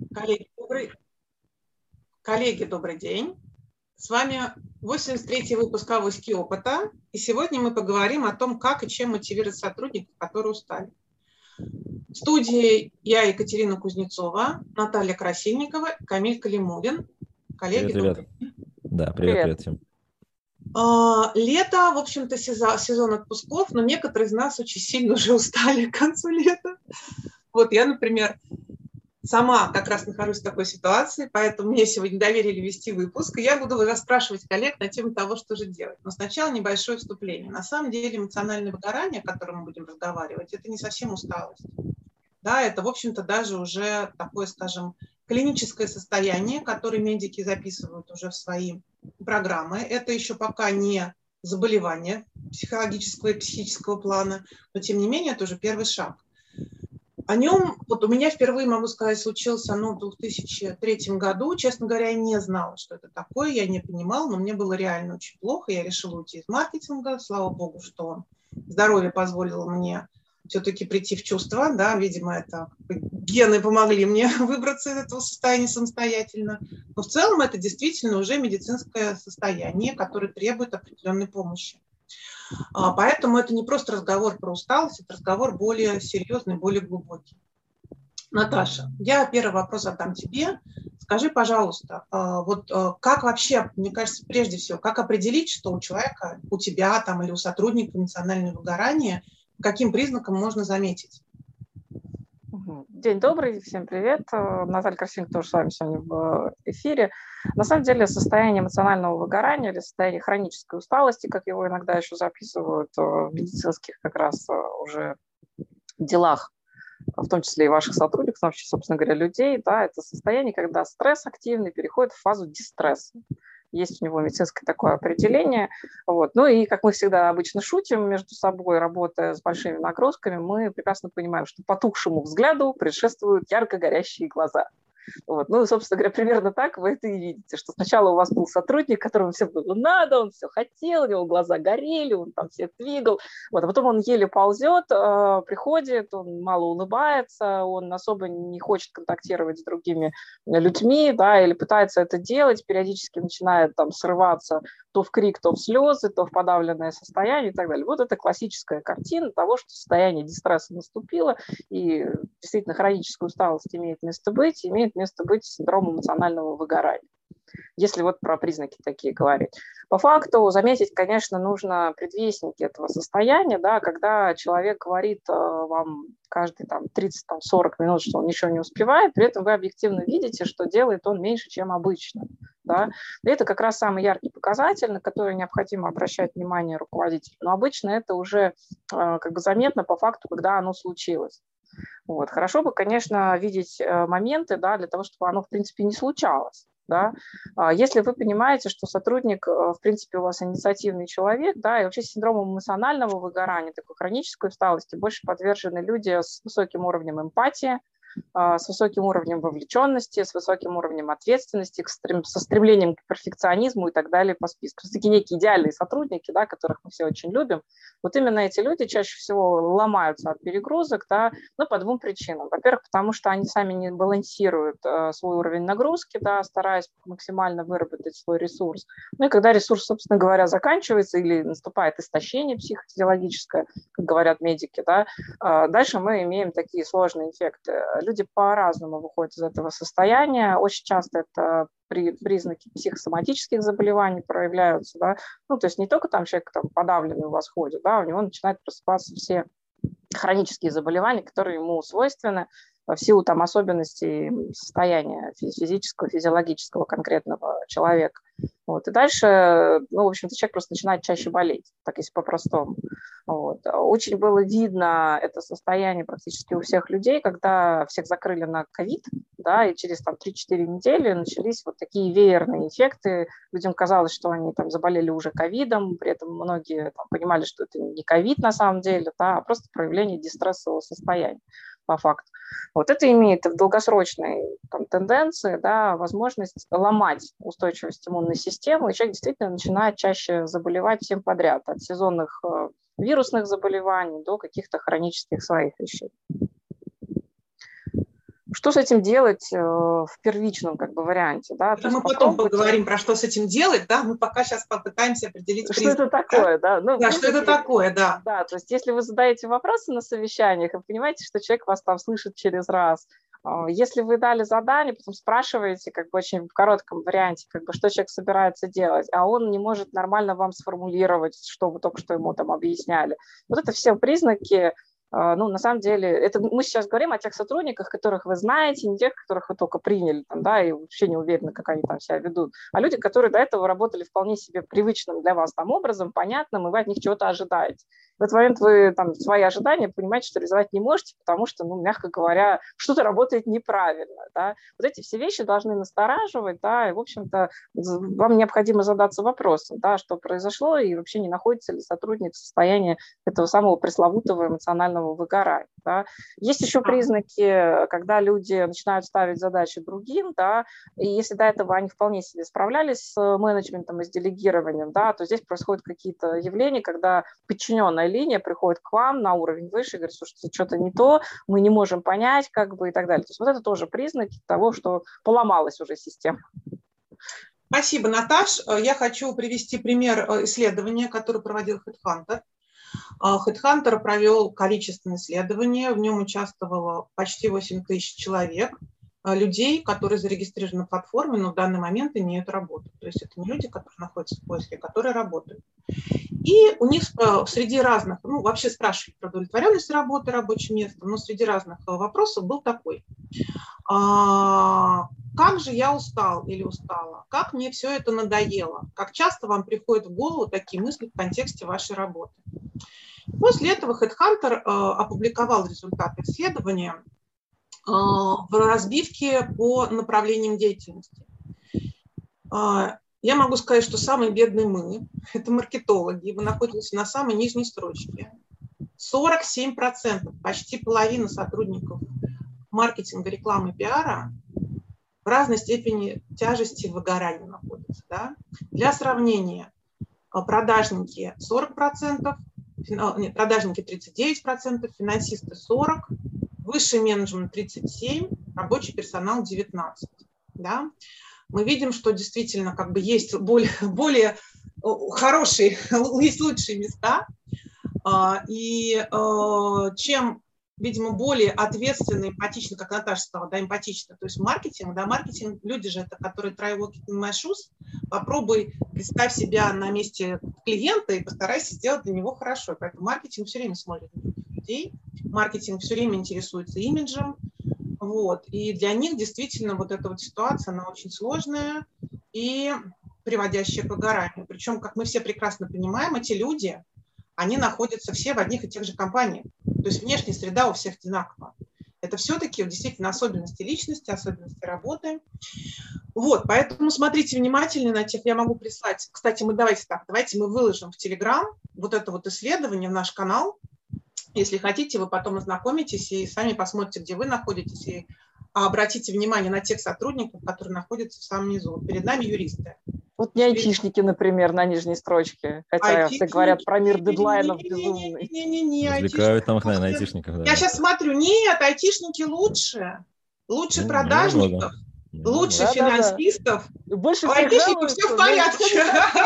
Коллеги, добрый день. С вами 83-й выпуск «Авоськи опыта». И сегодня мы поговорим о том, как и чем мотивировать сотрудников, которые устали. В студии я, Екатерина Кузнецова, Наталья Красильникова, Камиль Калимуллин. Коллеги, Привет, добрый ребят. Да, привет всем. Лето, в общем-то, сезон отпусков, но некоторые из нас очень сильно уже устали к концу лета. Вот я, например, сама как раз нахожусь в такой ситуации, поэтому мне сегодня доверили вести выпуск, и я буду расспрашивать коллег на тему того, что же делать. Но сначала небольшое вступление. На самом деле эмоциональное выгорание, о котором мы будем разговаривать, это не совсем усталость. Да, это, в общем-то, даже уже такое, скажем, клиническое состояние, которое медики записывают уже в свои программы. Это еще пока не заболевание психологического и психического плана, но, тем не менее, это уже первый шаг. О нем, вот у меня впервые, могу сказать, случился в 2003 году. Честно говоря, я не знала, что это такое, я не понимала, но мне было реально очень плохо. Я решила уйти из маркетинга. Слава богу, что здоровье позволило мне все-таки прийти в чувство. Да, видимо, это гены помогли мне выбраться из этого состояния самостоятельно. Но в целом это действительно уже медицинское состояние, которое требует определенной помощи. Поэтому это не просто разговор про усталость, это разговор более серьезный, более глубокий. Наташа, я первый вопрос задам тебе. Скажи, пожалуйста, вот как вообще, мне кажется, прежде всего, как определить, что у человека, у тебя там или у сотрудника эмоциональное выгорание, каким признаком можно заметить? День добрый, всем привет. Наталья Красильникова тоже с вами сегодня в эфире. На самом деле состояние эмоционального выгорания или состояние хронической усталости, как его иногда еще записывают в медицинских как раз уже делах, в том числе и ваших сотрудников, вообще, собственно говоря, людей, да, это состояние, когда стресс активный переходит в фазу дистресса. Есть у него медицинское такое определение. Вот. Ну и, как мы всегда обычно шутим между собой, работая с большими нагрузками, мы прекрасно понимаем, что потухшему взгляду предшествуют ярко горящие глаза. Вот. Ну, собственно говоря, примерно так вы это и видите, что сначала у вас был сотрудник, которому все было надо, он все хотел, у него глаза горели, он там всех двигал, вот. А потом он еле ползет, приходит, он мало улыбается, он особо не хочет контактировать с другими людьми, да, или пытается это делать, периодически начинает там срываться то в крик, то в слезы, то в подавленное состояние и так далее. Вот это классическая картина того, что состояние дистресса наступило, и действительно хроническая усталость имеет место быть синдром эмоционального выгорания. Если вот про признаки такие говорить. По факту заметить, конечно, нужно предвестники этого состояния, да, когда человек говорит вам каждые 30-40 минут, что он ничего не успевает, при этом вы объективно видите, что делает он меньше, чем обычно. Да. И это как раз самый яркий показатель, на который необходимо обращать внимание руководителю. Но обычно это уже как бы заметно по факту, когда оно случилось. Вот. Хорошо бы, конечно, видеть моменты, да, для того, чтобы оно, в принципе, не случалось. Да? Если вы понимаете, что сотрудник, в принципе, у вас инициативный человек, да, и вообще с синдромом эмоционального выгорания, такой хронической усталости, больше подвержены люди с высоким уровнем эмпатии, с высоким уровнем вовлеченности, с высоким уровнем ответственности, со стремлением к перфекционизму и так далее по списку. Это такие некие идеальные сотрудники, да, которых мы все очень любим. Вот именно эти люди чаще всего ломаются от перегрузок, да, ну, по двум причинам. Во-первых, потому что они сами не балансируют свой уровень нагрузки, да, стараясь максимально выработать свой ресурс. Ну и когда ресурс, собственно говоря, заканчивается или наступает истощение психофизиологическое, как говорят медики, да, дальше мы имеем такие сложные эффекты. Люди по-разному выходят из этого состояния. Очень часто это признаки психосоматических заболеваний проявляются. Да? Ну, то есть не только там человек подавленный у вас ходит, да, у него начинают просыпаться все хронические заболевания, которые ему свойственны в силу там особенностей состояния физического, физиологического конкретного человека. Вот. И дальше, ну, в общем-то, человек просто начинает чаще болеть, так если по-простому. Вот. Очень было видно это состояние практически у всех людей, когда всех закрыли на ковид, да, и через там 3-4 недели начались вот такие веерные эффекты. Людям казалось, что они там заболели уже ковидом, при этом многие там понимали, что это не ковид на самом деле, да, а просто проявление дистрессового состояния по факту. Вот это имеет в долгосрочной тенденции, да, возможность ломать устойчивость иммунной системы, и человек действительно начинает чаще заболевать всем подряд, от сезонных вирусных заболеваний до каких-то хронических своих вещей. Что с этим делать в первичном как бы варианте? Да? Это мы потом поговорим про что с этим делать, да, мы пока сейчас попытаемся определить признаки. Что это такое, да? Ну, да, что это такое, да. Да, то есть если вы задаете вопросы на совещаниях, вы понимаете, что человек вас там слышит через раз. Если вы дали задание, потом спрашиваете как бы очень в коротком варианте, как бы, что человек собирается делать, а он не может нормально вам сформулировать, что вы только что ему там объясняли. Вот это все признаки. Ну, на самом деле, это мы сейчас говорим о тех сотрудниках, которых вы знаете, не тех, которых вы только приняли, там, да, и вообще не уверены, как они там себя ведут, а люди, которые до этого работали вполне себе привычным для вас там образом, понятным, и вы от них чего-то ожидаете. В этот момент вы там свои ожидания понимаете, что реализовать не можете, потому что, ну, мягко говоря, что-то работает неправильно, да. Вот эти все вещи должны настораживать, да, и, в общем-то, вам необходимо задаться вопросом, да, что произошло, и вообще не находится ли сотрудник в состоянии этого самого пресловутого эмоционального выгорания. Да. Есть еще признаки, когда люди начинают ставить задачи другим, да, и если до этого они вполне себе справлялись с менеджментом и с делегированием, да, то здесь происходят какие-то явления, когда подчиненная линия приходит к вам на уровень выше и говорит, слушайте, что-то не то, мы не можем понять, как бы и так далее. То есть вот это тоже признаки того, что поломалась уже система. Спасибо, Наташ. Я хочу привести пример исследования, которое проводил HeadHunter. HeadHunter провел количественное исследование, в нем участвовало почти 8 тысяч человек, людей, которые зарегистрированы на платформе, но в данный момент имеют работу. То есть это не люди, которые находятся в поиске, а которые работают. И у них среди разных, ну, вообще спрашивали про удовлетворенность работы, рабочим местом, но среди разных вопросов был такой. Как же я устал или устала? Как мне все это надоело? Как часто вам приходят в голову такие мысли в контексте вашей работы? После этого HeadHunter опубликовал результаты исследования в разбивке по направлениям деятельности. Я могу сказать, что самые бедные мы – это маркетологи. Вы находитесь на самой нижней строчке. 47%, почти половина сотрудников маркетинга, рекламы, пиара в разной степени тяжести выгорания находятся. Да? Для сравнения, продажники 40%, продажники 39%, финансисты 40%, высший менеджмент 37%, рабочий персонал 19%. Да? Мы видим, что действительно как бы есть более хорошие, есть лучшие места. И чем, видимо, более ответственно, эмпатично, как Наташа сказала, да, эмпатично, то есть маркетинг, люди же это, которые try walking in my shoes, попробуй представь себя на месте клиента и постарайся сделать для него хорошо. Поэтому маркетинг все время смотрит на людей, маркетинг все время интересуется имиджем. Вот. И для них действительно вот эта вот ситуация, она очень сложная и приводящая к выгоранию. Причем, как мы все прекрасно понимаем, эти люди, они находятся все в одних и тех же компаниях. То есть внешняя среда у всех одинакова. Это все-таки действительно особенности личности, особенности работы. Вот, поэтому смотрите внимательно на тех, я могу прислать. Кстати, давайте мы выложим в Telegram вот это вот исследование в наш канал. Если хотите, вы потом ознакомитесь и сами посмотрите, где вы находитесь, и обратите внимание на тех сотрудников, которые находятся в самом низу. Перед нами юристы. Вот не айтишники, например, на нижней строчке, хотя все говорят про мир дедлайнов безумный. Развлекают там их, наверное, айтишников. Да. Я сейчас смотрю, нет, айтишники лучше продажников. Лучше финансистов. Больше айтишников все в порядке.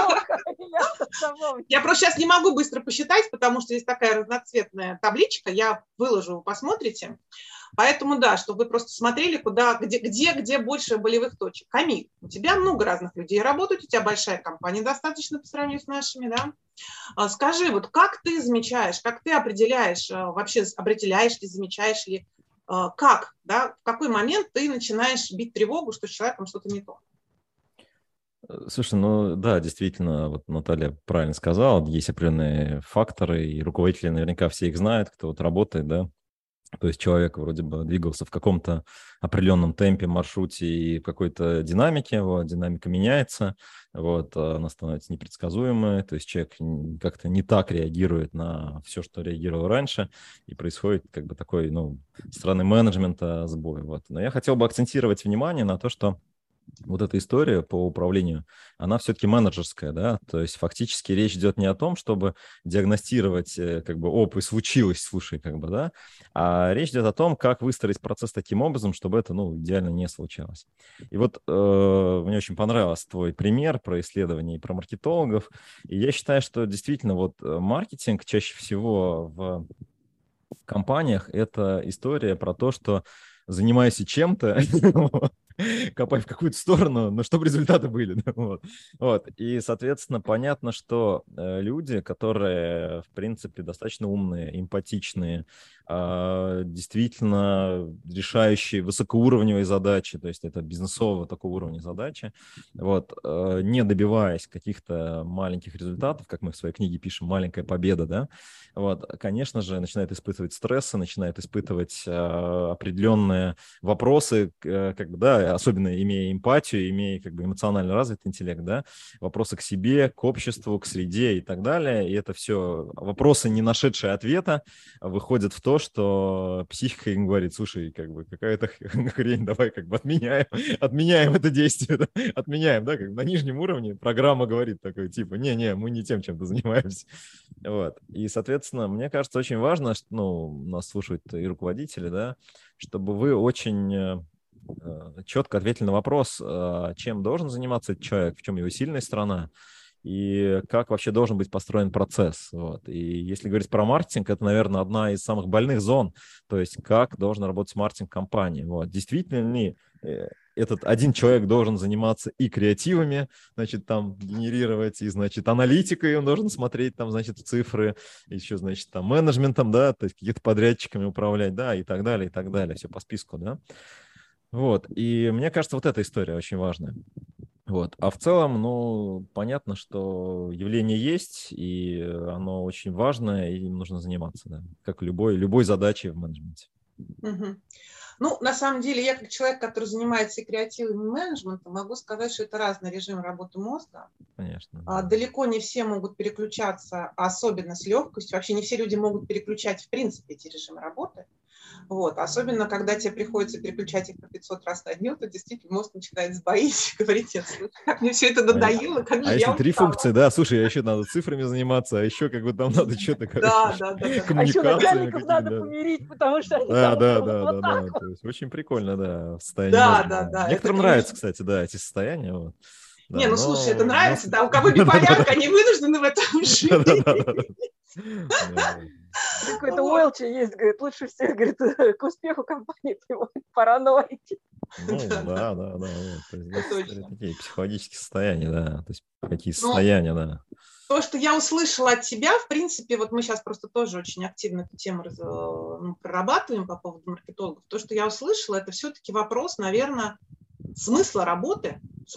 Я просто сейчас не могу быстро посчитать, потому что есть такая разноцветная табличка. Я выложу, вы посмотрите. Поэтому, да, чтобы вы просто смотрели, где больше болевых точек. Камиль, у тебя много разных людей работают, у тебя большая компания достаточно по сравнению с нашими, да? Скажи, вот как ты замечаешь, как ты определяешь, вообще определяешь ли, замечаешь ли, как, да, в какой момент ты начинаешь бить тревогу, что с человеком что-то не то? Слушай, ну да, действительно, вот Наталья правильно сказала, есть определенные факторы, и руководители наверняка все их знают, кто вот работает, да. То есть человек вроде бы двигался в каком-то определенном темпе, маршруте и в какой-то динамике, вот, динамика меняется, вот, она становится непредсказуемой, то есть человек как-то не так реагирует на все, что реагировал раньше, и происходит как бы такой, ну, со стороны менеджмента сбой. Вот. Но я хотел бы акцентировать внимание на то, что вот эта история по управлению, она все-таки менеджерская, да, то есть фактически речь идет не о том, чтобы диагностировать, как бы, оп, и случилось, слушай, как бы, да, а речь идет о том, как выстроить процесс таким образом, чтобы это, ну, идеально не случалось. И вот мне очень понравился твой пример про исследования и про маркетологов, и я считаю, что действительно вот маркетинг чаще всего в компаниях это история про то, что занимаясь чем-то, копай в какую-то сторону, но чтобы результаты были. Да, вот. И, соответственно, понятно, что люди, которые, в принципе, достаточно умные, эмпатичные, действительно решающие высокоуровневые задачи, то есть это бизнесового такого уровня задачи, вот, не добиваясь каких-то маленьких результатов, как мы в своей книге пишем, маленькая победа, да, вот, конечно же, начинает испытывать стрессы, начинает испытывать определенные вопросы, как бы, да, особенно имея эмпатию, имея как бы эмоционально развитый интеллект, да, вопросы к себе, к обществу, к среде и так далее. И это все вопросы, не нашедшие ответа, выходят в то, что психика им говорит: слушай, как бы какая-то хрень, давай как бы отменяем это действие, да? Отменяем, да, как бы на нижнем уровне программа говорит такой, типа, не, мы не тем чем-то занимаемся. Вот. И, соответственно, мне кажется, очень важно, что, ну, нас слушают и руководители, да, чтобы вы очень четко ответили на вопрос, чем должен заниматься этот человек, в чем его сильная сторона, и как вообще должен быть построен процесс. Вот. И если говорить про маркетинг, это, наверное, одна из самых больных зон, то есть как должен работать маркетинг компании. Вот. Действительно ли этот один человек должен заниматься и креативами, значит, там генерировать, и, значит, аналитикой он должен смотреть, там, значит, в цифры, еще, значит, там менеджментом, да, то есть каких-то подрядчиками управлять, да, и так далее, все по списку, да. Вот, и мне кажется, вот эта история очень важная. Вот. А в целом, ну, понятно, что явление есть, и оно очень важное, и им нужно заниматься, да, как любой задачей в менеджменте. Угу. Ну, на самом деле, я как человек, который занимается и креативом, и менеджментом, могу сказать, что это разный режим работы мозга. Конечно. Далеко не все могут переключаться, особенно с легкостью. Вообще не все люди могут переключать, в принципе, эти режимы работы. Вот. Особенно, когда тебе приходится переключать их по 500 раз на дню, то действительно мозг начинает сбоить, говорить: нет, слушай, как мне все это надоело, как же я если 3 устала. функции, да, слушай, а еще надо цифрами заниматься, а еще как бы там надо что-то, Да. коммуникациями. А еще начальников надо помирить, потому что они там вот так вот. То есть очень прикольно, да, состояние мозга. Да. Некоторым нравится, кстати, да, эти состояния. Вот. Да, не, ну слушай, это нравится, да, у кого биполярка, они вынуждены в этом жить. Какой-то Уэлчи есть, говорит, лучше всех, говорит, к успеху компании приводит параноики. Ну, да. Вот. То есть, такие психологические состояния, да. То есть какие состояния, да. То, что я услышала от тебя, в принципе, вот мы сейчас просто тоже очень активно эту тему прорабатываем по поводу маркетологов. То, что я услышала, это все-таки вопрос, наверное, смысла работы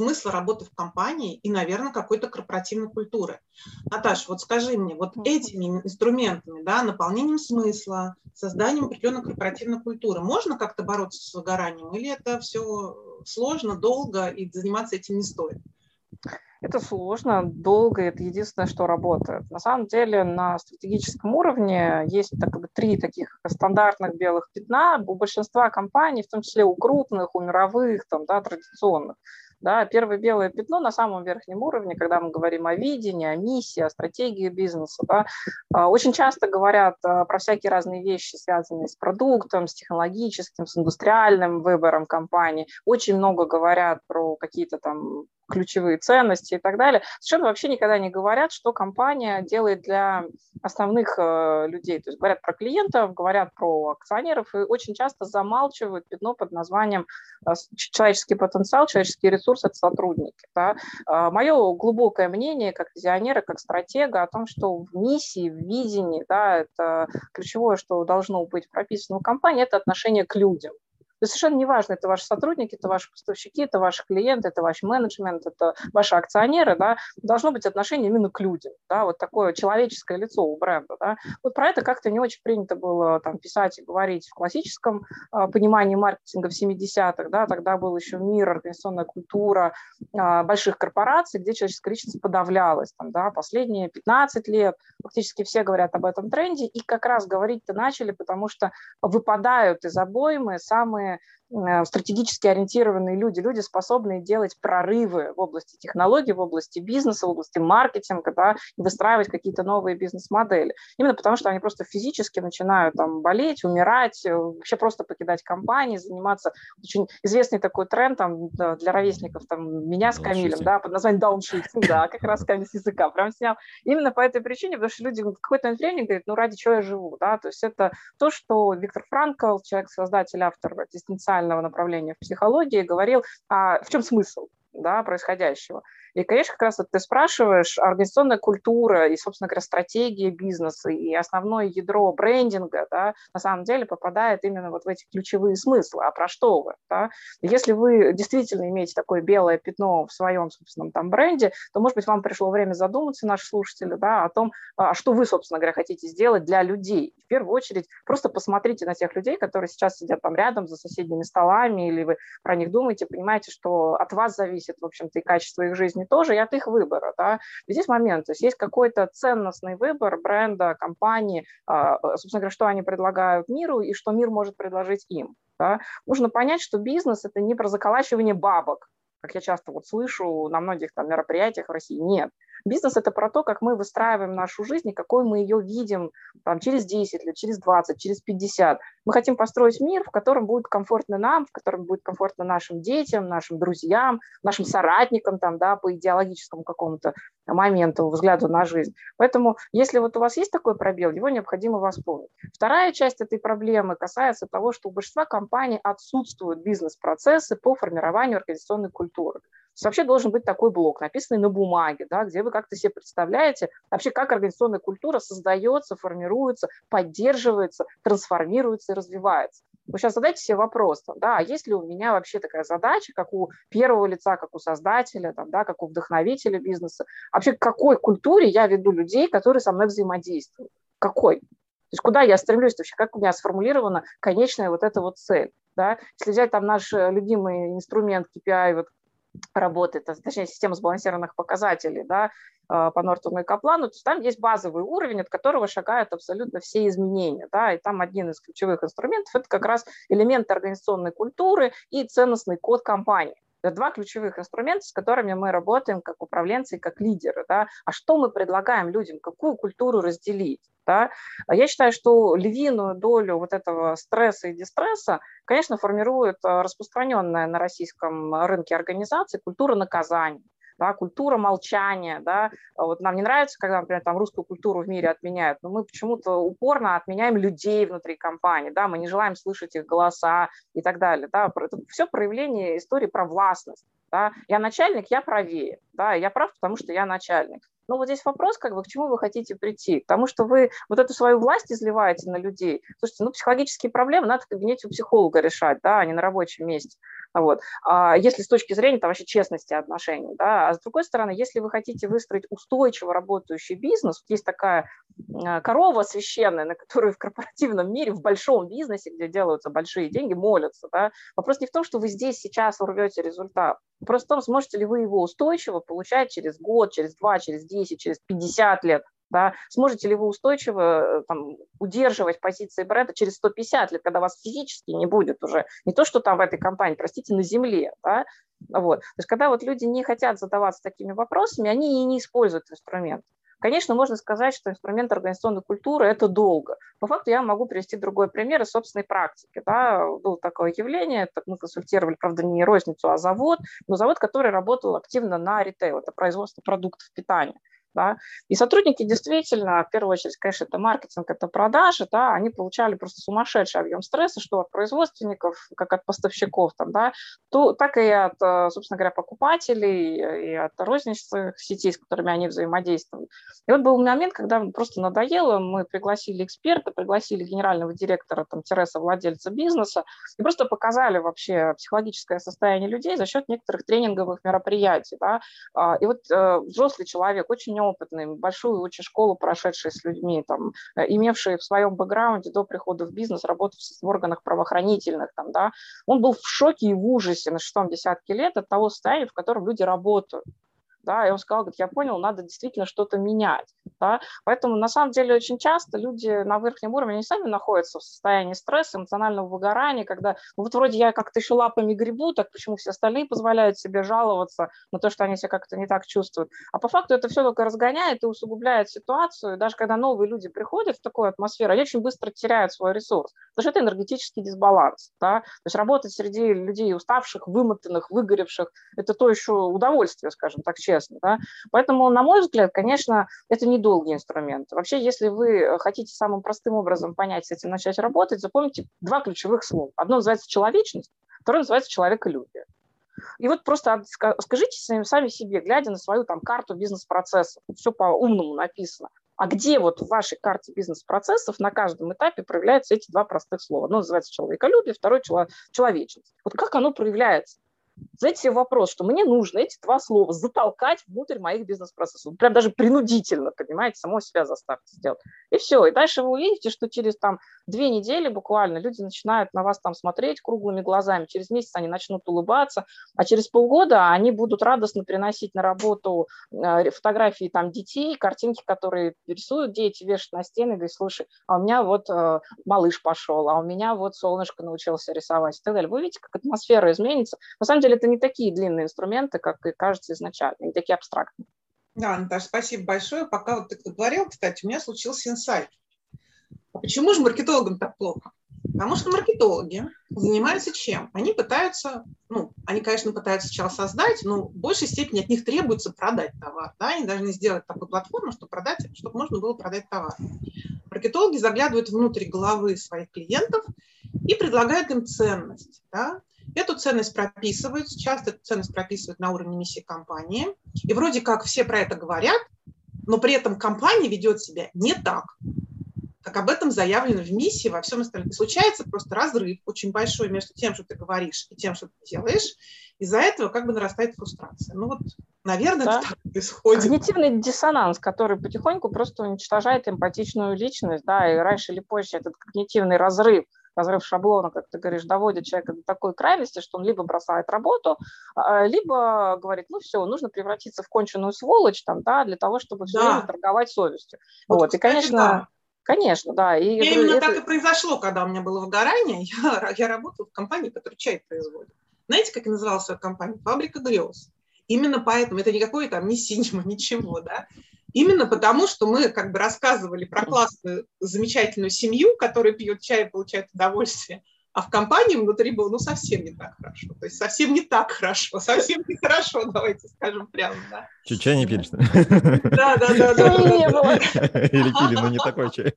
в компании и, наверное, какой-то корпоративной культуры. Наташа, вот скажи мне, вот этими инструментами, да, наполнением смысла, созданием определенной корпоративной культуры, можно как-то бороться с выгоранием, или это все сложно, долго и заниматься этим не стоит? Это сложно, долго, это единственное, что работает. На самом деле на стратегическом уровне есть как бы 3 таких стандартных белых пятна у большинства компаний, в том числе у крупных, у мировых, там, да, традиционных. Да, первое белое пятно на самом верхнем уровне, когда мы говорим о видении, о миссии, о стратегии бизнеса. Да, очень часто говорят про всякие разные вещи, связанные с продуктом, с технологическим, с индустриальным выбором компании. Очень много говорят про какие-то там ключевые ценности и так далее. Совершенно вообще никогда не говорят, что компания делает для основных людей. То есть говорят про клиентов, говорят про акционеров и очень часто замалчивают пятно под названием человеческий потенциал, человеческие ресурсы, это сотрудники. Да. Мое глубокое мнение как визионера, как стратега о том, что в миссии, в видении, да, это ключевое, что должно быть прописано в компании, это отношение к людям. То есть совершенно неважно, это ваши сотрудники, это ваши поставщики, это ваши клиенты, это ваш менеджмент, это ваши акционеры, да, должно быть отношение именно к людям, да, вот такое человеческое лицо у бренда, да. Вот про это как-то не очень принято было там писать и говорить в классическом понимании маркетинга в 70-х, да, тогда был еще мир, организационная культура больших корпораций, где человеческая личность подавлялась, там, да, последние 15 лет фактически все говорят об этом тренде, и как раз говорить-то начали, потому что выпадают из обоймы самые стратегически ориентированные люди, люди, способные делать прорывы в области технологий, в области бизнеса, в области маркетинга, да, и выстраивать какие-то новые бизнес-модели. Именно потому, что они просто физически начинают там болеть, умирать, вообще просто покидать компании, заниматься. Очень известный такой тренд там, для ровесников, там, меня с Камилем, да, под названием дауншифтинг, да, как раз Камиль с языка прям снял. Именно по этой причине, потому что люди в какой-то момент времени говорят, ну ради чего я живу, да, то есть это то, что Виктор Франкл, человек-создатель, автор экзистенциального направления в психологии, говорил, а в чем смысл, да, происходящего. И, конечно, как раз вот ты спрашиваешь, организационная культура и, собственно говоря, стратегия бизнеса и основное ядро брендинга, да, на самом деле попадает именно вот в эти ключевые смыслы. А про что вы? Да? Если вы действительно имеете такое белое пятно в своем собственном там бренде, то, может быть, вам пришло время задуматься, наши слушатели, да, о том, что вы, собственно говоря, хотите сделать для людей. В первую очередь, просто посмотрите на тех людей, которые сейчас сидят там рядом за соседними столами, или вы про них думаете, понимаете, что от вас зависит, в общем-то, и качество их жизни тоже, и от их выбора. Да. Здесь момент, то есть есть какой-то ценностный выбор бренда, компании, собственно говоря, что они предлагают миру и что мир может предложить им. Да. Нужно понять, что бизнес – это не про заколачивание бабок, как я часто вот слышу на многих там мероприятиях в России. Нет. Бизнес – это про то, как мы выстраиваем нашу жизнь и какой мы ее видим там, через 10 лет, через 20, через 50. Мы хотим построить мир, в котором будет комфортно нам, в котором будет комфортно нашим детям, нашим друзьям, нашим соратникам там, да, по идеологическому какому-то моменту, взгляду на жизнь. Поэтому, если вот у вас есть такой пробел, его необходимо восполнить. Вторая часть этой проблемы касается того, что у большинства компаний отсутствуют бизнес-процессы по формированию организационной культуры. То есть вообще должен быть такой блок, написанный на бумаге, да, где вы как-то себе представляете вообще, как организационная культура создается, формируется, поддерживается, трансформируется и развивается. Вы сейчас задайте себе вопрос, да, а есть ли у меня вообще такая задача, как у первого лица, как у создателя, там, да, как у вдохновителя бизнеса, вообще к какой культуре я веду людей, которые со мной взаимодействуют? Какой? То есть куда я стремлюсь вообще, как у меня сформулирована конечная вот эта вот цель? Да? Если взять там наш любимый инструмент KPI, вот, работает, точнее, система сбалансированных показателей, да, по Нортону и Каплану, то есть там есть базовый уровень, от которого шагают абсолютно все изменения. Да, и там один из ключевых инструментов – это как раз элементы организационной культуры и ценностный код компании. Это два ключевых инструмента, с которыми мы работаем как управленцы и как лидеры. Да? А что мы предлагаем людям, какую культуру разделить? Да? Я считаю, что львиную долю вот этого стресса и дистресса, конечно, формирует распространенная на российском рынке организации культура наказаний. Да, культура молчания, да, вот нам не нравится, когда, например, там русскую культуру в мире отменяют, но мы почему-то упорно отменяем людей внутри компании, да, мы не желаем слышать их голоса и так далее, да, это все проявление истории про властность, да, я начальник, я правее, да, я прав, потому что я начальник. Но вот здесь вопрос, как бы, к чему вы хотите прийти? К тому, что вы вот эту свою власть изливаете на людей. Слушайте, ну, психологические проблемы надо в кабинете у психолога решать, да, а не на рабочем месте. Вот. Если с точки зрения там, вообще честности отношений. Да? А с другой стороны, если вы хотите выстроить устойчиво работающий бизнес, есть такая корова священная, на которую в корпоративном мире, в большом бизнесе, где делаются большие деньги, молятся. Да? Вопрос не в том, что вы здесь сейчас урвете результат. Вопрос в том, сможете ли вы его устойчиво получать через год, через 2, через 10, через 50 лет. Да? Сможете ли вы устойчиво там, удерживать позиции бренда через 150 лет, когда вас физически не будет уже, не то, что там в этой компании, простите, на земле. Да? Вот. То есть когда вот люди не хотят задаваться такими вопросами, они и не используют инструмент. Конечно, можно сказать, что инструмент организационной культуры – это долго. По факту я могу привести другой пример из собственной практики. Да. Было такое явление, мы консультировали, правда, не розницу, а завод, но завод, который работал активно на ритейл, это производство продуктов питания. Да. И сотрудники действительно, в первую очередь, конечно, это маркетинг, это продажи, да, они получали просто сумасшедший объем стресса, что от производственников, как от поставщиков, там, да, так и от, собственно говоря, покупателей и от розничных сетей, с которыми они взаимодействовали. И вот был момент, когда просто надоело, мы пригласили эксперта, пригласили генерального директора, там, владельца бизнеса, и просто показали вообще психологическое состояние людей за счет некоторых тренинговых мероприятий. Да. И вот взрослый человек, очень опытный, большую очень школу прошедший с людьми, там, имевший в своем бэкграунде до прихода в бизнес, работавший в органах правоохранительных, там, да, он был в шоке и в ужасе на 6-м десятке лет от того состояния, в котором люди работают. да, и он сказал, говорит, я понял, надо действительно что-то менять, да, поэтому на самом деле очень часто люди на верхнем уровне, они сами находятся в состоянии стресса, эмоционального выгорания, когда, ну, вот вроде я как-то еще лапами гребу, так почему все остальные позволяют себе жаловаться на то, что они себя как-то не так чувствуют, а по факту это все только разгоняет и усугубляет ситуацию, и даже когда новые люди приходят в такую атмосферу, они очень быстро теряют свой ресурс, потому что это энергетический дисбаланс, да, то есть работать среди людей уставших, вымотанных, выгоревших, это то еще удовольствие, скажем так честно, да, поэтому, на мой взгляд, конечно, это недолгий инструмент. Вообще, если вы хотите самым простым образом понять, с этим начать работать, запомните два ключевых слова. Одно называется человечность, второе называется человеколюбие. И вот просто скажите сами себе, глядя на свою там карту бизнес-процессов, все по-умному написано, а где вот в вашей карте бизнес-процессов на каждом этапе проявляются эти два простых слова? Одно называется человеколюбие, второе человечность. Вот как оно проявляется? Задайте себе вопрос, что мне нужно эти два слова затолкать внутрь моих бизнес-процессов. Прям даже принудительно, понимаете, самого себя заставьте сделать. И все. И дальше вы увидите, что через там 2 недели буквально люди начинают на вас там смотреть круглыми глазами. Через месяц они начнут улыбаться, а через полгода они будут радостно приносить на работу фотографии там детей, картинки, которые рисуют дети, вешать на стены, и говорить, слушай, а у меня вот малыш пошел, а у меня вот солнышко научился рисовать и так далее. Вы видите, как атмосфера изменится. На самом деле это не такие длинные инструменты, как и кажется изначально, не такие абстрактные. Да, Наташа, спасибо большое. Пока вот ты говорил, кстати, у меня случился инсайт. А почему же маркетологам так плохо? Потому что маркетологи занимаются чем? Они пытаются, они, конечно, пытаются сначала создать, но в большей степени от них требуется продать товар. Да? Они должны сделать такую платформу, чтобы можно было продать товар. Маркетологи заглядывают внутрь головы своих клиентов и предлагают им ценность. Да? Эту ценность прописывают, часто эту ценность прописывают на уровне миссии компании. И вроде как все про это говорят, но при этом компания ведет себя не так, как об этом заявлено в миссии, во всем остальном. И случается просто разрыв очень большой между тем, что ты говоришь, и тем, что ты делаешь. Из-за этого как бы нарастает фрустрация. Наверное, да. Это так происходит. Когнитивный диссонанс, который потихоньку просто уничтожает эмпатичную личность, да, и раньше или позже этот когнитивный разрыв шаблона, как ты говоришь, доводит человека до такой крайности, что он либо бросает работу, либо говорит, все, нужно превратиться в конченую сволочь там, да, для того, чтобы все время торговать совестью. Вот, кстати, и, конечно, да. Конечно, да. И именно так и произошло, когда у меня было выгорание. Я работала в компании, которая чай производит. Знаете, как я называла свою компанию? «Фабрика грез». Именно поэтому, это никакой там не синема, ничего, да. Именно потому, что мы как бы рассказывали про классную, замечательную семью, которая пьет чай и получает удовольствие, а в компании внутри было, совсем не так хорошо. То есть совсем не так хорошо, совсем нехорошо, давайте скажем прямо, да. Чуть чай не пили, что ли? Да. Не было. Или пили, но не такой чай.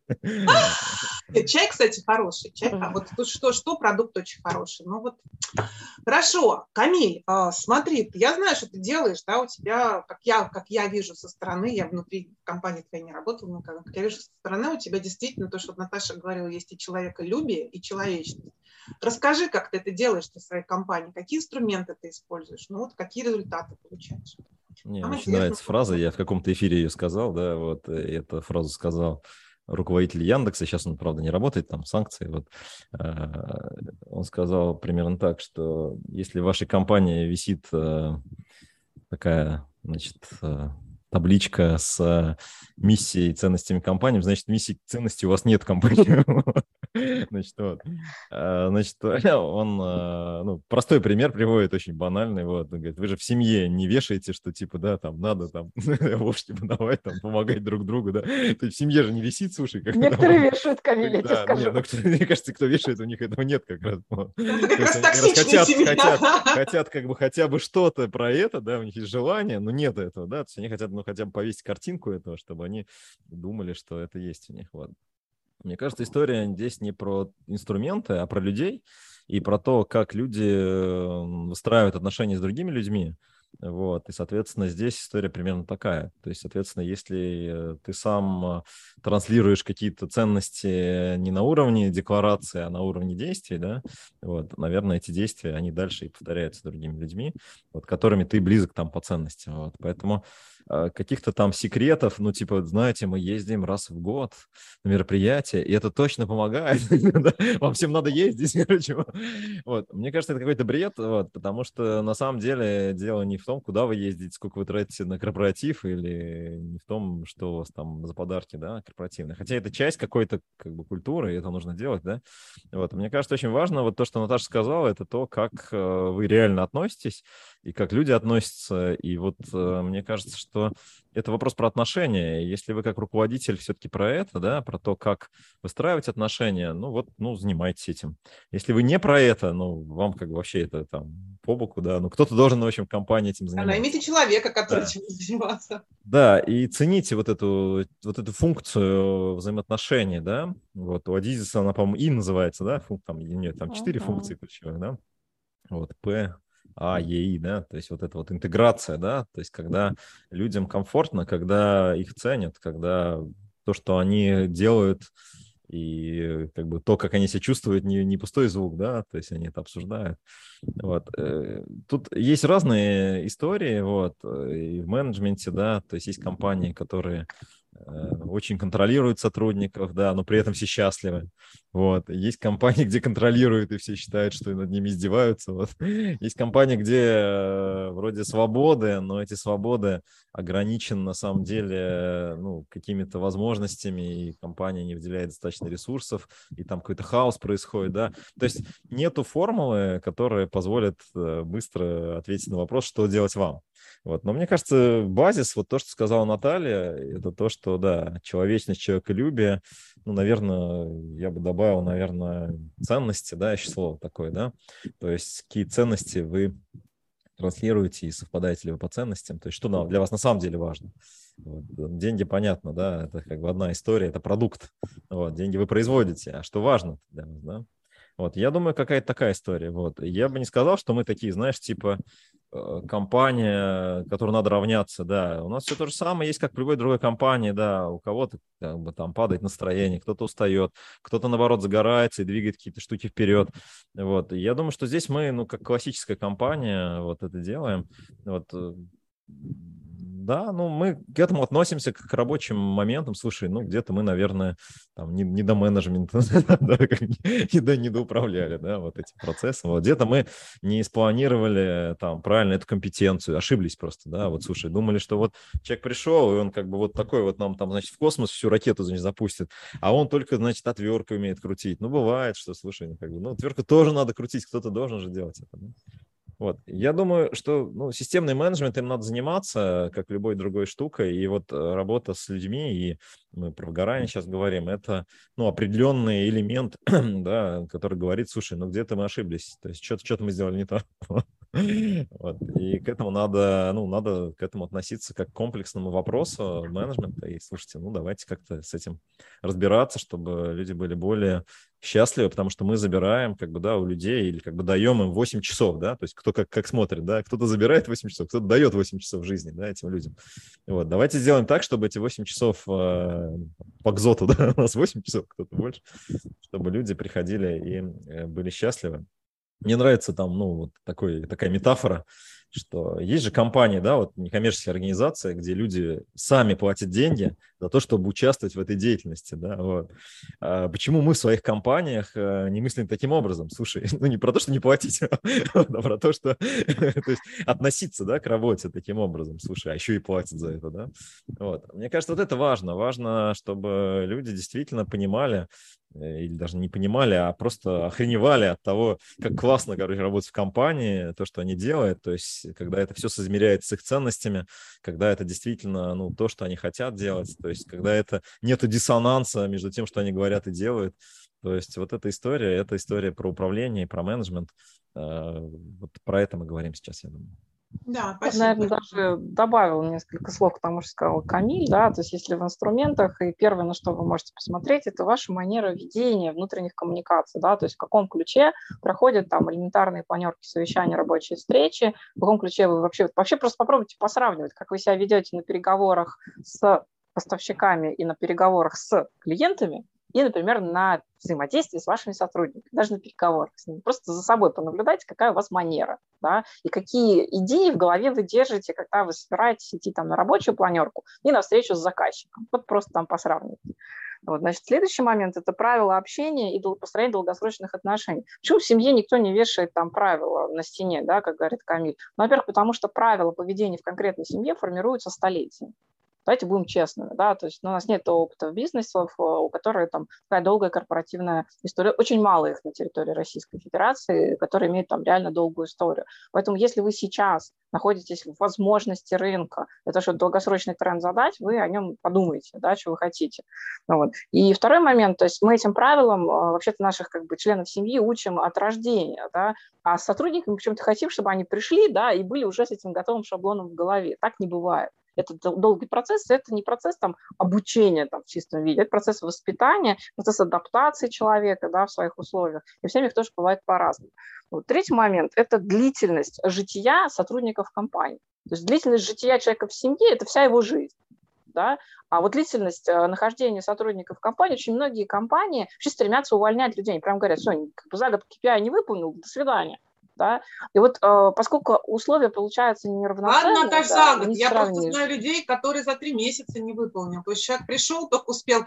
Чай, кстати, хороший. Чай, а вот тут что продукт очень хороший. Хорошо. Камиль, смотри, я знаю, что ты делаешь, да, у тебя, как я вижу со стороны, я внутри компании твоей не работала никогда, как я вижу со стороны, у тебя действительно то, что Наташа говорила, есть и человеколюбие, и человечность. Расскажи, как ты это делаешь в своей компании, какие инструменты ты используешь, какие результаты получаешь. Мне очень нравится фраза, я в каком-то эфире ее сказал, да, эту фразу сказал руководитель Яндекса, сейчас он, правда, не работает, там санкции, он сказал примерно так, что если в вашей компании висит такая, табличка с миссией и ценностями компании, значит, миссии и ценностей у вас нет в компании. Он простой пример приводит, очень банальный. Он говорит, вы же в семье не вешаете, что надо вовсе давай помогать друг другу, да. То есть в семье же не висит, слушай. Некоторые вешают, Камиль, я тебе скажу. Мне кажется, кто вешает, у них этого нет как раз. Хотят как бы хотя бы что-то про это, да, у них есть желание, но нет этого, да, то есть они хотят, хотя бы повесить картинку этого, чтобы они думали, что это есть у них, Мне кажется, история здесь не про инструменты, а про людей и про то, как люди выстраивают отношения с другими людьми. И, соответственно, здесь история примерно такая. То есть, соответственно, если ты сам транслируешь какие-то ценности не на уровне декларации, а на уровне действий, да, наверное, эти действия, они дальше и повторяются другими людьми, которыми ты близок по ценностям. Поэтому каких-то там секретов, знаете, мы ездим раз в год на мероприятие, и это точно помогает. Вам всем надо ездить, короче. Мне кажется, это какой-то бред, потому что на самом деле дело не в том, куда вы ездите, сколько вы тратите на корпоратив, или не в том, что у вас там за подарки, да, корпоративные. Хотя это часть какой-то как бы культуры, и это нужно делать, да. Вот. Мне кажется, очень важно вот то, что Наташа сказала, это то, как вы реально относитесь и как люди относятся. И вот мне кажется, что это вопрос про отношения. Если вы как руководитель все-таки про это, да, про то, как выстраивать отношения, ну вот, ну, занимайтесь этим. Если вы не про это, ну, вам как бы вообще это там по боку, да, ну, кто-то должен, в общем, в компании этим заниматься. Наймите человека, который Да. этим будет заниматься. Да, и цените вот эту функцию взаимоотношений, да. Вот у Адизиса она, по-моему, И называется, да, там, нет, там 4 функции ключевых, да. Вот П, А, Е, И, да, то есть вот эта вот интеграция, да, то есть когда людям комфортно, когда их ценят, когда то, что они делают, и как бы то, как они себя чувствуют, не пустой звук, да, то есть они это обсуждают. Вот. Тут есть разные истории, вот, и в менеджменте, да, то есть есть компании, которые очень контролируют сотрудников, да, но при этом все счастливы. Вот. Есть компании, где контролируют, и все считают, что над ними издеваются. Вот. Есть компании, где вроде свободы, но эти свободы ограничены на самом деле ну, какими-то возможностями, и компания не выделяет достаточно ресурсов, и там какой-то хаос происходит, да. То есть нету формулы, которая позволит быстро ответить на вопрос, что делать вам. Вот. Но мне кажется, базис, вот то, что сказала Наталья, это то, что, да, человечность, человеколюбие, ну, наверное, я бы добавил, наверное, ценности, да, еще слово такое, да, то есть какие ценности вы транслируете и совпадаете ли вы по ценностям, то есть что для вас на самом деле важно. Вот. Деньги, понятно, да, это как бы одна история, это продукт, вот, деньги вы производите, а что важно для вас, да. Вот, я думаю, какая-то такая история. Вот. Я бы не сказал, что мы такие, знаешь, типа компания, которой надо равняться, да. У нас все то же самое есть, как в любой другой компании, да. У кого-то как бы, там падает настроение, кто-то устает, кто-то, наоборот, загорается и двигает какие-то штуки вперед. Вот. И я думаю, что здесь мы, ну, как классическая компания, вот это делаем. Вот. Да, ну мы к этому относимся как к рабочим моментам. Слушай, ну где-то мы, наверное, там не до менеджмента, не доуправляли, да, вот этим процессом. Вот где-то мы не спланировали там правильно эту компетенцию, ошиблись просто, да. Вот, слушай, думали, что вот человек пришел, и он как бы вот такой вот нам там, значит, в космос всю ракету, значит, запустит, а он только, значит, отверткой умеет крутить. Ну, бывает, что, слушай, ну, как бы, ну, отвертку тоже надо крутить, кто-то должен же делать это, да? Вот. Я думаю, что ну, системный менеджмент им надо заниматься, как любой другой штукой, и вот работа с людьми, и мы про выгорание сейчас говорим, это ну, определенный элемент, да, который говорит, слушай, ну где-то мы ошиблись, то есть что-то мы сделали не так. Вот. И к этому надо к этому относиться как к комплексному вопросу менеджмента, и слушайте, ну давайте как-то с этим разбираться, чтобы люди были более счастливы, потому что мы забираем, как бы, да, у людей или как бы даем им 8 часов, да, то есть кто как смотрит, да, кто-то забирает 8 часов, кто-то дает 8 часов жизни, да, этим людям. Вот, давайте сделаем так, чтобы эти 8 часов по КЗОТу, да, у нас 8 часов, кто-то больше, чтобы люди приходили и были счастливы. Мне нравится там, ну, вот такая метафора, что есть же компании, да, вот некоммерческие организации, где люди сами платят деньги за то, чтобы участвовать в этой деятельности, да, вот. Почему мы в своих компаниях не мыслим таким образом? Слушай, ну не про то, что не платить, а про то, что то есть, относиться, да, к работе таким образом. Слушай, а еще и платят за это, да. Вот. Мне кажется, вот это важно. Важно, чтобы люди действительно понимали, или даже не понимали, а просто охреневали от того, как классно, короче, работать в компании, то, что они делают, то есть когда это все соизмеряется с их ценностями, когда это действительно, ну, то, что они хотят делать, то есть когда это нету диссонанса между тем, что они говорят и делают, то есть вот эта история про управление и про менеджмент, вот про это мы говорим сейчас, я думаю. Да, Я, спасибо. наверное, даже добавил несколько слов к тому, что сказал Камиль, да, то есть если в инструментах, и первое, на что вы можете посмотреть, это ваша манера ведения внутренних коммуникаций, да, то есть в каком ключе проходят там элементарные планерки, совещания, рабочие встречи, в каком ключе вы вообще просто попробуйте посравнивать, как вы себя ведете на переговорах с поставщиками и на переговорах с клиентами, и, например, на взаимодействии с вашими сотрудниками, даже на переговорах с ними. Просто за собой понаблюдайте, какая у вас манера, да, и какие идеи в голове вы держите, когда вы собираетесь идти там на рабочую планерку и на встречу с заказчиком. Вот просто там посравнивайте. Вот, значит, следующий момент – это правила общения и построение долгосрочных отношений. Почему в семье никто не вешает там правила на стене, да, как говорит Камиль? Ну, во-первых, потому что правила поведения в конкретной семье формируются столетиями. Давайте будем честными, да, то есть у нас нет опыта в бизнесах, у которых там такая долгая корпоративная история. Очень мало их на территории Российской Федерации, которые имеют там реально долгую историю. Поэтому если вы сейчас находитесь в возможности рынка, это что долгосрочный тренд задать, вы о нем подумаете, да, что вы хотите. Вот. И второй момент, то есть мы этим правилам вообще-то наших как бы членов семьи учим от рождения, да, а с сотрудниками почему-то хотим, чтобы они пришли, да, и были уже с этим готовым шаблоном в голове. Так не бывает. Это долгий процесс, это не процесс там, обучения там, в чистом виде, это процесс воспитания, процесс адаптации человека, да, в своих условиях. И в семьях тоже бывает по-разному. Вот. Третий момент – это длительность жития сотрудников компании. То есть длительность жития человека в семье – это вся его жизнь. Да? А вот длительность нахождения сотрудников в компании, очень многие компании вообще стремятся увольнять людей. Они прям говорят, все, как бы за год KPI не выполнил, до свидания. Да? И вот поскольку условия получаются неравноценные... Ладно, Наташ, за год. Я просто знаю людей, которые за 3 месяца не выполнил. То есть человек пришел, только успел...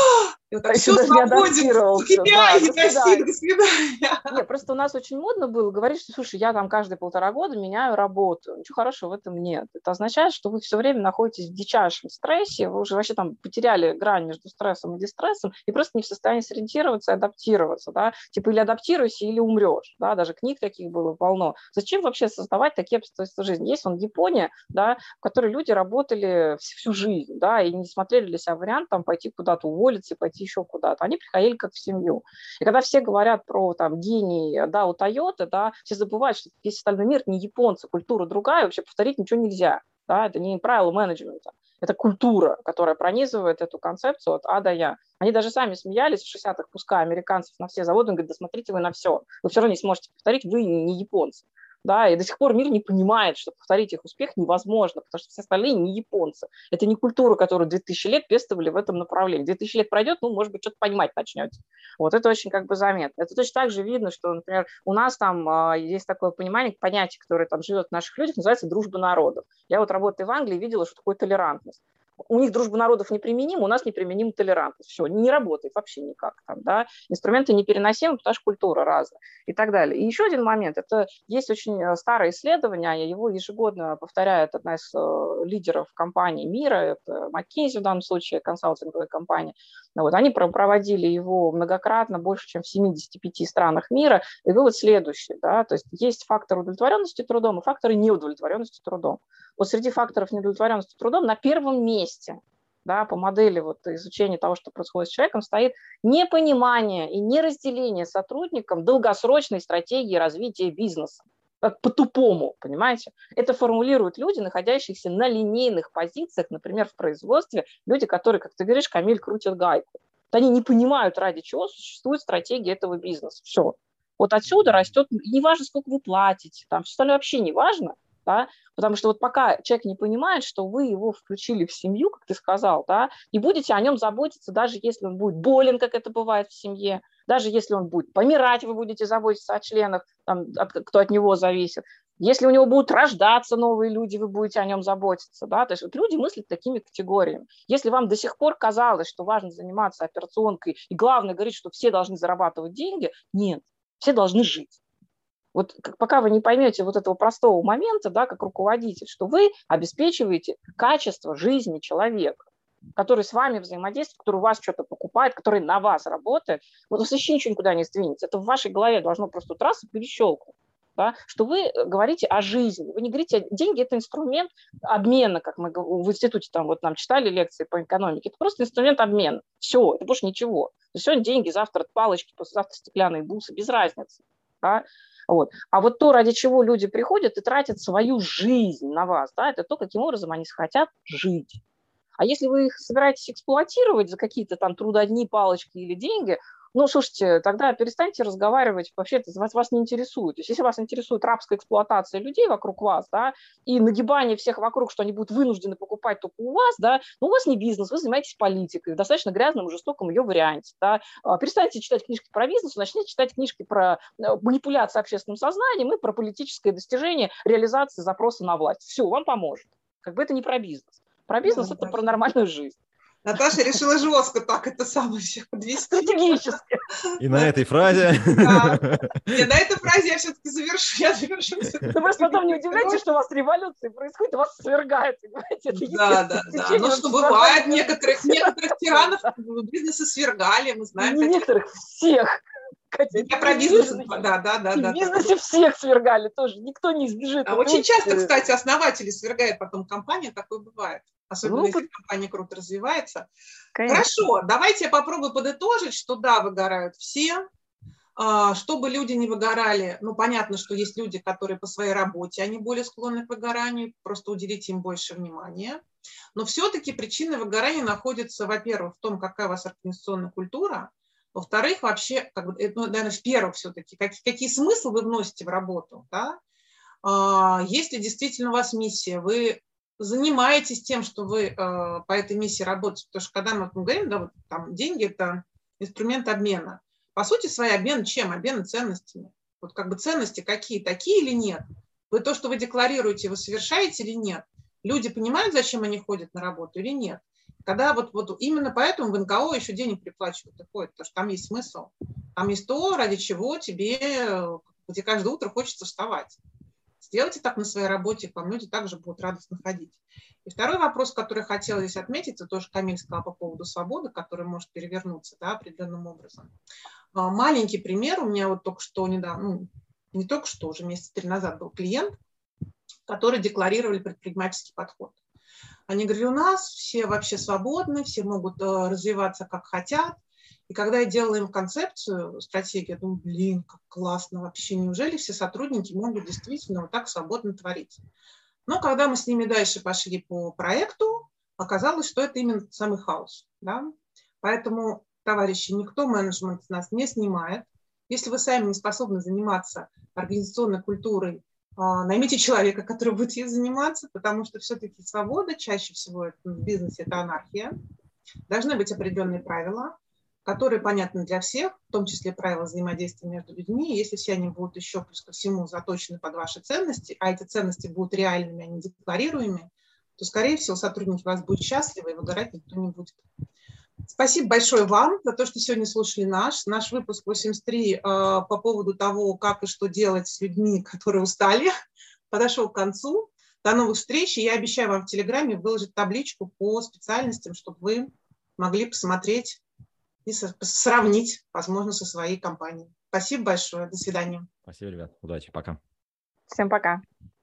И вот так все свободен, KPI не достиг, до свидания. Нет, просто у нас очень модно было говорить, что, слушай, я там каждые 1,5 года меняю работу. Ничего хорошего в этом нет. Это означает, что вы все время находитесь в дичайшем стрессе, вы уже вообще там потеряли грань между стрессом и дистрессом и просто не в состоянии сориентироваться и адаптироваться. Да? Типа или адаптируйся, или умрешь. Да? Даже книг таких было полно. Зачем вообще создавать такие обстоятельства жизни? Есть Япония, да, в которой люди работали всю жизнь, да, и не смотрели для себя вариант там, пойти куда-то уволиться и пойти еще куда-то. Они приходили как в семью. И когда все говорят про там, гений, да, у Toyota, да, все забывают, что весь остальной мир не японцы, культура другая, вообще повторить ничего нельзя. Да, это не правило менеджмента. Это культура, которая пронизывает эту концепцию от А до Я. Они даже сами смеялись в 60-х, пускай американцев на все заводы, он говорит, да смотрите вы на все. Вы все равно не сможете повторить, вы не японцы. Да, и до сих пор мир не понимает, что повторить их успех невозможно, потому что все остальные не японцы. Это не культура, которую 2000 лет пестовали в этом направлении. 2000 лет пройдет, ну, может быть, что-то понимать начнете. Вот это очень как бы заметно. Это точно так же видно, что, например, у нас там есть такое понимание, понятие, которое там живет в наших людях, называется дружба народов. Я вот работая в Англии, видела, что такое толерантность. У них дружба народов неприменима, у нас неприменима толерантность. Все, не работает вообще никак. Там, да? Инструменты непереносимы, потому что культура разная и так далее. И еще один момент. Это есть очень старое исследование, его ежегодно повторяет одна из лидеров компаний мира, это McKinsey в данном случае, консалтинговая компания. Вот, они проводили его многократно, больше, чем в 75 странах мира. И вывод следующий. Да? То есть есть фактор удовлетворенности трудом и факторы неудовлетворенности трудом. Вот среди факторов неудовлетворенности трудом на первом месте, да, по модели вот, изучения того, что происходит с человеком, стоит непонимание и неразделение сотрудникам долгосрочной стратегии развития бизнеса. По-тупому, понимаете? Это формулируют люди, находящиеся на линейных позициях, например, в производстве, люди, которые, как ты говоришь, Камиль, крутят гайку. Вот они не понимают, ради чего существует стратегия этого бизнеса. Все. Вот отсюда растет, не важно, сколько вы платите, там все остальное вообще не важно. Да? Потому что вот пока человек не понимает, что вы его включили в семью, как ты сказал, да, и будете о нем заботиться, даже если он будет болен, как это бывает в семье, даже если он будет помирать, вы будете заботиться о членах, там, кто от него зависит. Если у него будут рождаться новые люди, вы будете о нем заботиться. Да? То есть вот люди мыслят такими категориями. Если вам до сих пор казалось, что важно заниматься операционкой, и главное говорить, что все должны зарабатывать деньги, нет, все должны жить. Вот пока вы не поймете вот этого простого момента, да, как руководитель, что вы обеспечиваете качество жизни человека, который с вами взаимодействует, который у вас что-то покупает, который на вас работает, вот вообще ничего никуда не сдвинется. Это в вашей голове должно просто раз и перещелкнуть. Да, что вы говорите о жизни, вы не говорите, деньги – это инструмент обмена, как мы в институте там вот нам читали лекции по экономике, это просто инструмент обмена, все, это больше ничего. Сегодня деньги, завтра палочки, послезавтра стеклянные бусы, без разницы. Да? Вот. А вот то, ради чего люди приходят и тратят свою жизнь на вас, да, это то, каким образом они хотят жить. А если вы их собираетесь эксплуатировать за какие-то там трудодни, палочки или деньги, ну, слушайте, тогда перестаньте разговаривать, вообще это вас не интересует. То есть если вас интересует рабская эксплуатация людей вокруг вас, да, и нагибание всех вокруг, что они будут вынуждены покупать только у вас, да, ну, у вас не бизнес, вы занимаетесь политикой в достаточно грязном и жестоком ее варианте. Да. Перестаньте читать книжки про бизнес, начните читать книжки про манипуляцию общественным сознанием и про политическое достижение реализации запроса на власть. Все, вам поможет. Как бы это не про бизнес. Про бизнес – это про нормальную жизнь. Наташа решила жестко так это самое всех подвести. Стратегически. И на этой фразе... Да. Нет, на этой фразе я все-таки завершу. Вы просто потом не удивляйтесь, что у вас революция происходит, у вас свергают, понимаете? Да. Ну, что бывает, некоторых тиранов бизнеса свергали, мы знаем. Не некоторых, всех. Я про бизнес, да. В бизнесе всех свергали тоже, никто не избежит. Очень часто, кстати, основатели свергают потом компанию, такое бывает. Особенно если компания круто развивается. Конечно. Хорошо, давайте я попробую подытожить, что да, выгорают все. Чтобы люди не выгорали, ну, понятно, что есть люди, которые по своей работе, они более склонны к выгоранию, просто уделите им больше внимания. Но все-таки причины выгорания находятся, во-первых, в том, какая у вас организационная культура, во-вторых, вообще, наверное, в-первых, все-таки, какие смыслы вы вносите в работу, да? Если действительно у вас миссия, вы занимаетесь тем, что вы по этой миссии работаете, потому что когда мы говорим, да, вот, там, деньги – это инструмент обмена. По сути, свои обмен чем? Обмен ценностями. Вот как бы ценности какие, такие или нет? Вы то, что вы декларируете, вы совершаете или нет? Люди понимают, зачем они ходят на работу или нет? Когда вот именно поэтому в НКО еще денег приплачивают и ходят, потому что там есть смысл. Там есть то, ради чего тебе, где каждое утро хочется вставать. Сделайте так на своей работе, к вам люди также будут радостно ходить. И второй вопрос, который я хотела здесь отметить, это тоже Камиль сказал по поводу свободы, которая может перевернуться, да, определенным образом. Маленький пример. У меня вот только что недавно, не только что, уже месяца 3 назад был клиент, который декларировали предпринимательский подход. Они говорили, у нас все вообще свободны, все могут развиваться как хотят. И когда я делала им концепцию, стратегию, я думаю, блин, как классно вообще. Неужели все сотрудники могут действительно вот так свободно творить? Но когда мы с ними дальше пошли по проекту, оказалось, что это именно самый хаос. Да? Поэтому, товарищи, никто менеджмент с нас не снимает. Если вы сами не способны заниматься организационной культурой, наймите человека, который будет ей заниматься, потому что все-таки свобода, чаще всего в бизнесе это анархия. Должны быть определенные правила, которые понятны для всех, в том числе правила взаимодействия между людьми. Если все они будут еще плюс ко всему заточены под ваши ценности, а эти ценности будут реальными, а не декларируемыми, то, скорее всего, сотрудники у вас будут счастливы, и выгорать никто не будет. Спасибо большое вам за то, что сегодня слушали наш выпуск 83 по поводу того, как и что делать с людьми, которые устали, подошел к концу. До новых встреч. И я обещаю вам в Телеграме выложить табличку по специальностям, чтобы вы могли посмотреть и сравнить, возможно, со своей компанией. Спасибо большое. До свидания. Спасибо, ребят. Удачи. Пока. Всем пока.